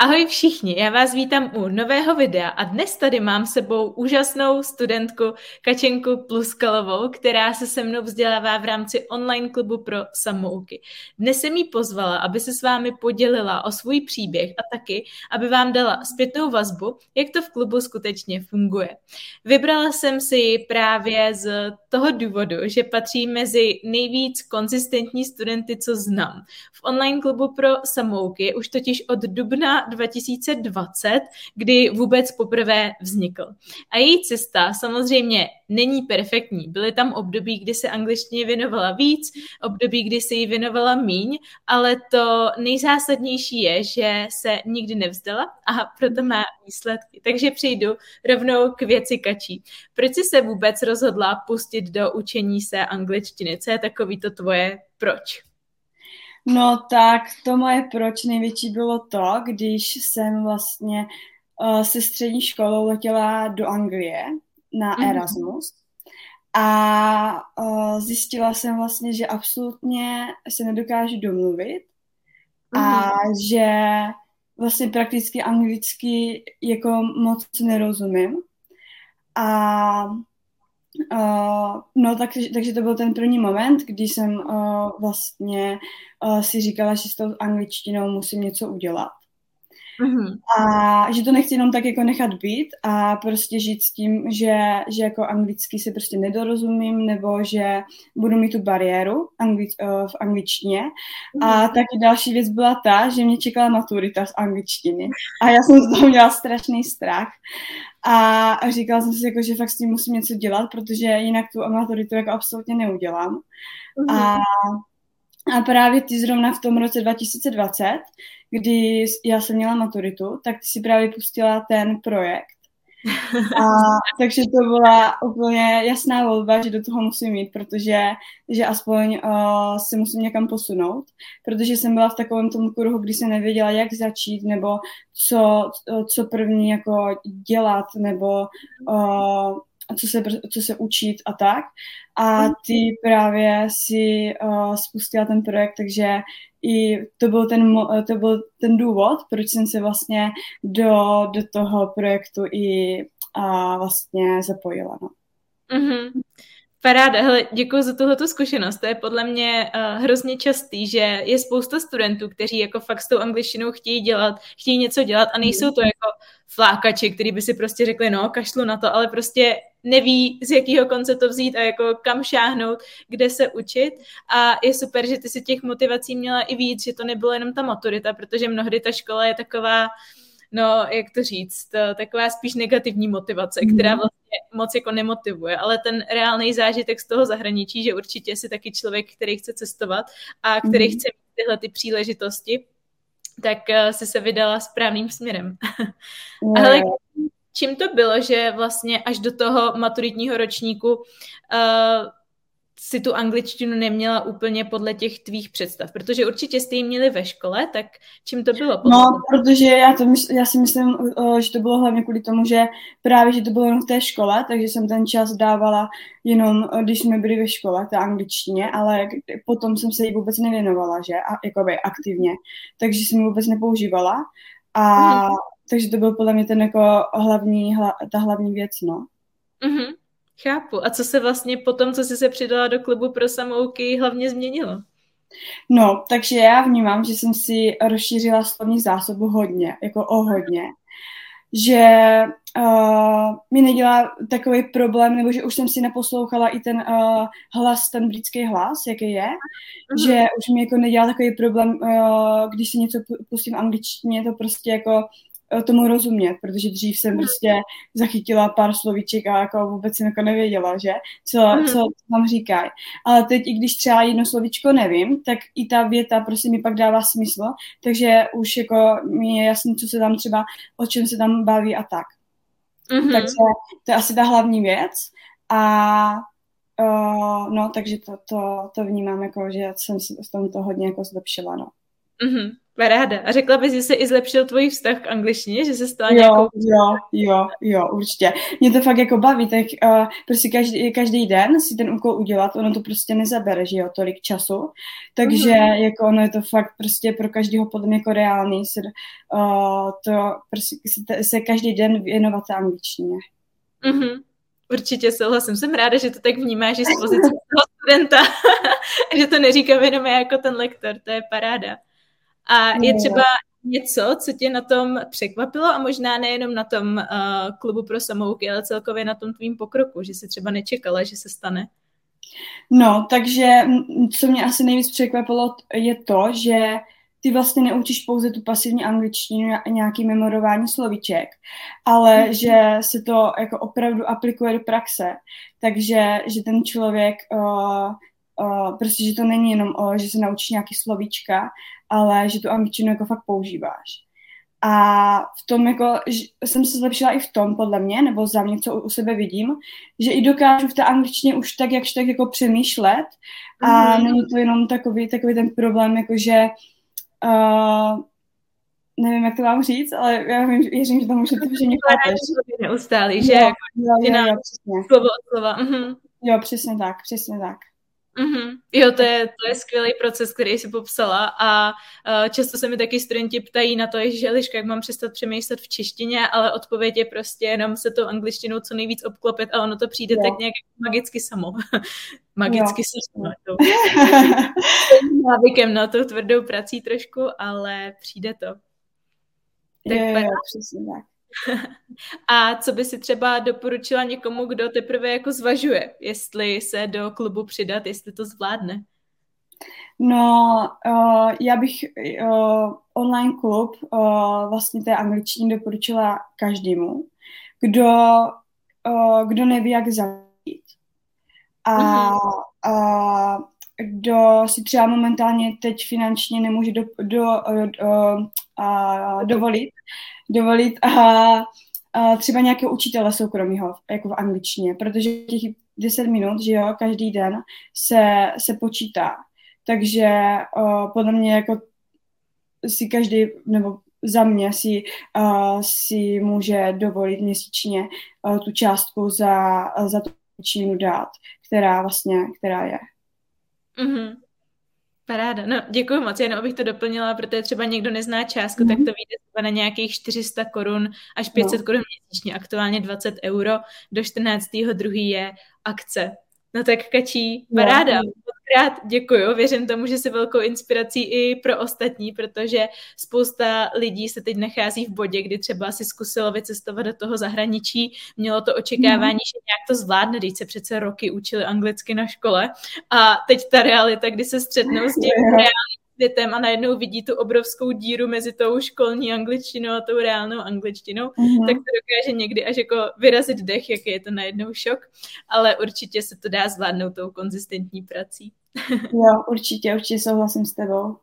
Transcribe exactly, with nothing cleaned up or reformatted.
Ahoj všichni, já vás vítám u nového videa a dnes tady mám s sebou úžasnou studentku Kačenku Pluskalovou, která se se mnou vzdělává v rámci online klubu pro samouky. Dnes jsem jí pozvala, aby se s vámi podělila o svůj příběh a taky, aby vám dala zpětnou vazbu, jak to v klubu skutečně funguje. Vybrala jsem si ji právě z toho důvodu, že patří mezi nejvíc konzistentní studenty, co znám. V online klubu pro samouky už totiž od dubna dva tisíce dvacet, kdy vůbec poprvé vznikl. A její cesta samozřejmě není perfektní. Byly tam období, kdy se angličtině věnovala víc, období, kdy se jí věnovala míň, ale to nejzásadnější je, že se nikdy nevzdala a proto má výsledky. Takže přejdu rovnou k věci Kačí. Proč jsi se vůbec rozhodla pustit do učení se angličtiny? Co je takový to tvoje proč? No tak to moje proč největší bylo to, když jsem vlastně uh, se střední školou letěla do Anglie na Erasmus a uh, zjistila jsem vlastně, že absolutně se nedokážu domluvit a že vlastně prakticky anglicky jako moc nerozumím. A Uh, no, tak, takže to byl ten první moment, kdy jsem uh, vlastně uh, si říkala, že s tou angličtinou musím něco udělat. Mm-hmm. A že to nechci jenom tak jako nechat být a prostě žít s tím, že, že jako anglicky se prostě nedorozumím nebo že budu mít tu bariéru angli, uh, v angličtině. Mm-hmm. A taky další věc byla ta, že mě čekala maturita z angličtiny a já jsem z toho měla strašný strach. A říkala jsem si, jako, že fakt s tím musím něco dělat, protože jinak tu maturitu jako absolutně neudělám. Mm-hmm. A, a právě ty zrovna v tom roce dva tisíce dvacet, kdy já jsem měla maturitu, tak ty si právě pustila ten projekt. A, takže to byla úplně jasná volba, že do toho musím jít, protože že aspoň uh, se musím někam posunout, protože jsem byla v takovém tom kruhu, kdy jsem nevěděla, jak začít, nebo co, co první jako dělat, nebo uh, co se, co se učit a tak. A ty právě si uh, spustila ten projekt, takže i to byl ten, to byl ten důvod, proč jsem se vlastně do, do toho projektu i a vlastně zapojila. No. Mm-hmm. Paráda, hele, děkuji za tuhletu zkušenost, to je podle mě uh, hrozně častý, že je spousta studentů, kteří jako fakt s tou angličtinou chtějí dělat, chtějí něco dělat a nejsou to jako flákači, který by si prostě řekli, no, kašlu na to, ale prostě neví, z jakého konce to vzít a jako kam šáhnout, kde se učit a je super, že ty si těch motivací měla i víc, že to nebylo jenom ta maturita, protože mnohdy ta škola je taková, no, jak to říct, to, taková spíš negativní motivace, která vlastně moc jako nemotivuje, ale ten reálný zážitek z toho zahraničí, že určitě si taky člověk, který chce cestovat a který mm. chce mít tyhle ty příležitosti, tak uh, si se vydala správným směrem. Mm. Ale čím to bylo, že vlastně až do toho maturitního ročníku uh, si tu angličtinu neměla úplně podle těch tvých představ, protože určitě jste ji měli ve škole, tak čím to bylo? No, protože já, to mysl, já si myslím, že to bylo hlavně kvůli tomu, že právě, že to bylo jenom v té škole, takže jsem ten čas dávala jenom, když jsme byli ve škole, té angličtině, ale potom jsem se jí vůbec nevěnovala, že, a, jakoby aktivně, takže jsem ji vůbec nepoužívala a mm-hmm. takže to byl podle mě ten jako hlavní, hla, ta hlavní věc, no. Mhm. Chápu. A co se vlastně potom, co jsi se přidala do klubu pro samouky, hlavně změnilo? No, takže já vnímám, že jsem si rozšířila slovní zásobu hodně, jako o hodně. Že uh, mi nedělá takový problém, nebo že už jsem si naposlouchala i ten uh, hlas, ten britský hlas, jaký je, mm-hmm. že už mi jako nedělá takový problém, uh, když si něco pustím v angličtině, to prostě jako tomu rozumět, protože dřív jsem prostě zachytila pár slovíček a jako vůbec jsem jako nevěděla, že, co, mm. co tam říkají. Ale teď, i když třeba jedno slovíčko nevím, tak i ta věta prostě mi pak dává smysl, takže už jako mi je jasný, co se tam třeba, o čem se tam baví a tak. Mm-hmm. Takže to je asi ta hlavní věc a uh, no, takže to, to, to vnímám jako, že jsem si v tom to hodně jako zlepšila, no. Mhm, paráda. A řekla bys, že se i zlepšil tvůj vztah k angličtině, že se stala Jo, nějakou... jo, jo, jo, určitě. Mě to fakt jako baví, tak uh, prostě každý, každý den si ten úkol udělat, ono to prostě nezabere, že jo, tolik času, takže mm-hmm. jako ono je to fakt prostě pro každého podle mě jako reálný se, uh, to prostě se, se každý den věnovat té angličtině. Mm-hmm. Určitě souhlasím. Jsem ráda, že to tak vnímáš i z pozice toho studenta, že to neříkám jenom jako ten lektor, to je paráda. A je třeba něco, co tě na tom překvapilo a možná nejenom na tom uh, klubu pro samouky, ale celkově na tom tvým pokroku, že jsi třeba nečekala, že se stane? No, takže co mě asi nejvíc překvapilo je to, že ty vlastně neučíš pouze tu pasivní angličtinu a nějaký memorování slovíček, ale mm. že se to jako opravdu aplikuje do praxe, takže že ten člověk uh, uh, prostě, že to není jenom o, že se naučíš nějaký slovíčka, ale že tu angličtinu jako fakt používáš. A v tom jako, jsem se zlepšila i v tom, podle mě, nebo za mě, co u sebe vidím, že i dokážu v té angličtině už tak, jakž tak jako přemýšlet a mm. není to jenom takový, takový ten problém, jako že Uh, nevím, jak to mám říct, ale já vím, věřím, že to můžete, že mě chápeš. Neustálý, že? Jo, jo, jo, jo, přesně. Slovo od slova. Mhm. Jo, přesně tak, přesně tak. Mm-hmm. Jo, to je, to je skvělý proces, který jsi popsala a uh, často se mi taky studenti ptají na to, že Eliška, jak mám přestat přemýšlet v češtině, ale odpověď je prostě jenom se tou angličtinou co nejvíc obklopit a ono to přijde jo. tak nějak magicky samo. magicky samo. Návykem, no, tou tvrdou prací trošku, ale přijde to. Tak jo, jo, přesně tak. A co by si třeba doporučila někomu, kdo teprve jako zvažuje, jestli se do klubu přidat, jestli to zvládne? No, uh, já bych uh, online klub uh, vlastně té angličtiny doporučila každému, kdo, uh, kdo neví, jak začít. A uh-huh. uh, kdo si třeba momentálně teď finančně nemůže do, do, do, do, uh, dovolit, dovolit a, a třeba nějakého učitele soukromého, jako v angličtině, protože těch deset minut, že jo, každý den se, se počítá. Takže uh, podle mě jako si každý, nebo za mě si, uh, si může dovolit měsíčně uh, tu částku za, za tu angličtinu dát, která vlastně, která je. Mm-hmm. Paráda. No, děkuji moc, jenom abych to doplnila, protože třeba někdo nezná částku, mm. tak to vyjde třeba na nějakých čtyři sta korun až pět set no. korun měsíčně, aktuálně dvacet euro, do čtrnáctého druhého je akce. No tak Kačí, paráda. No. Krát děkuju, věřím tomu, že jsi velkou inspirací i pro ostatní, protože spousta lidí se teď nachází v bodě, kdy třeba si zkusilo vycestovat do toho zahraničí, mělo to očekávání, mm. že nějak to zvládne, když se přece roky učili anglicky na škole a teď ta realita, kdy se střetnou s tím reálným světem a najednou vidí tu obrovskou díru mezi tou školní angličtinou a tou reálnou angličtinou, mm. tak to dokáže někdy až jako vyrazit dech, jaký je to najednou šok, ale určitě se to dá zvládnout tou konzistentní prací. Jo, určitě, určitě souhlasím s tebou.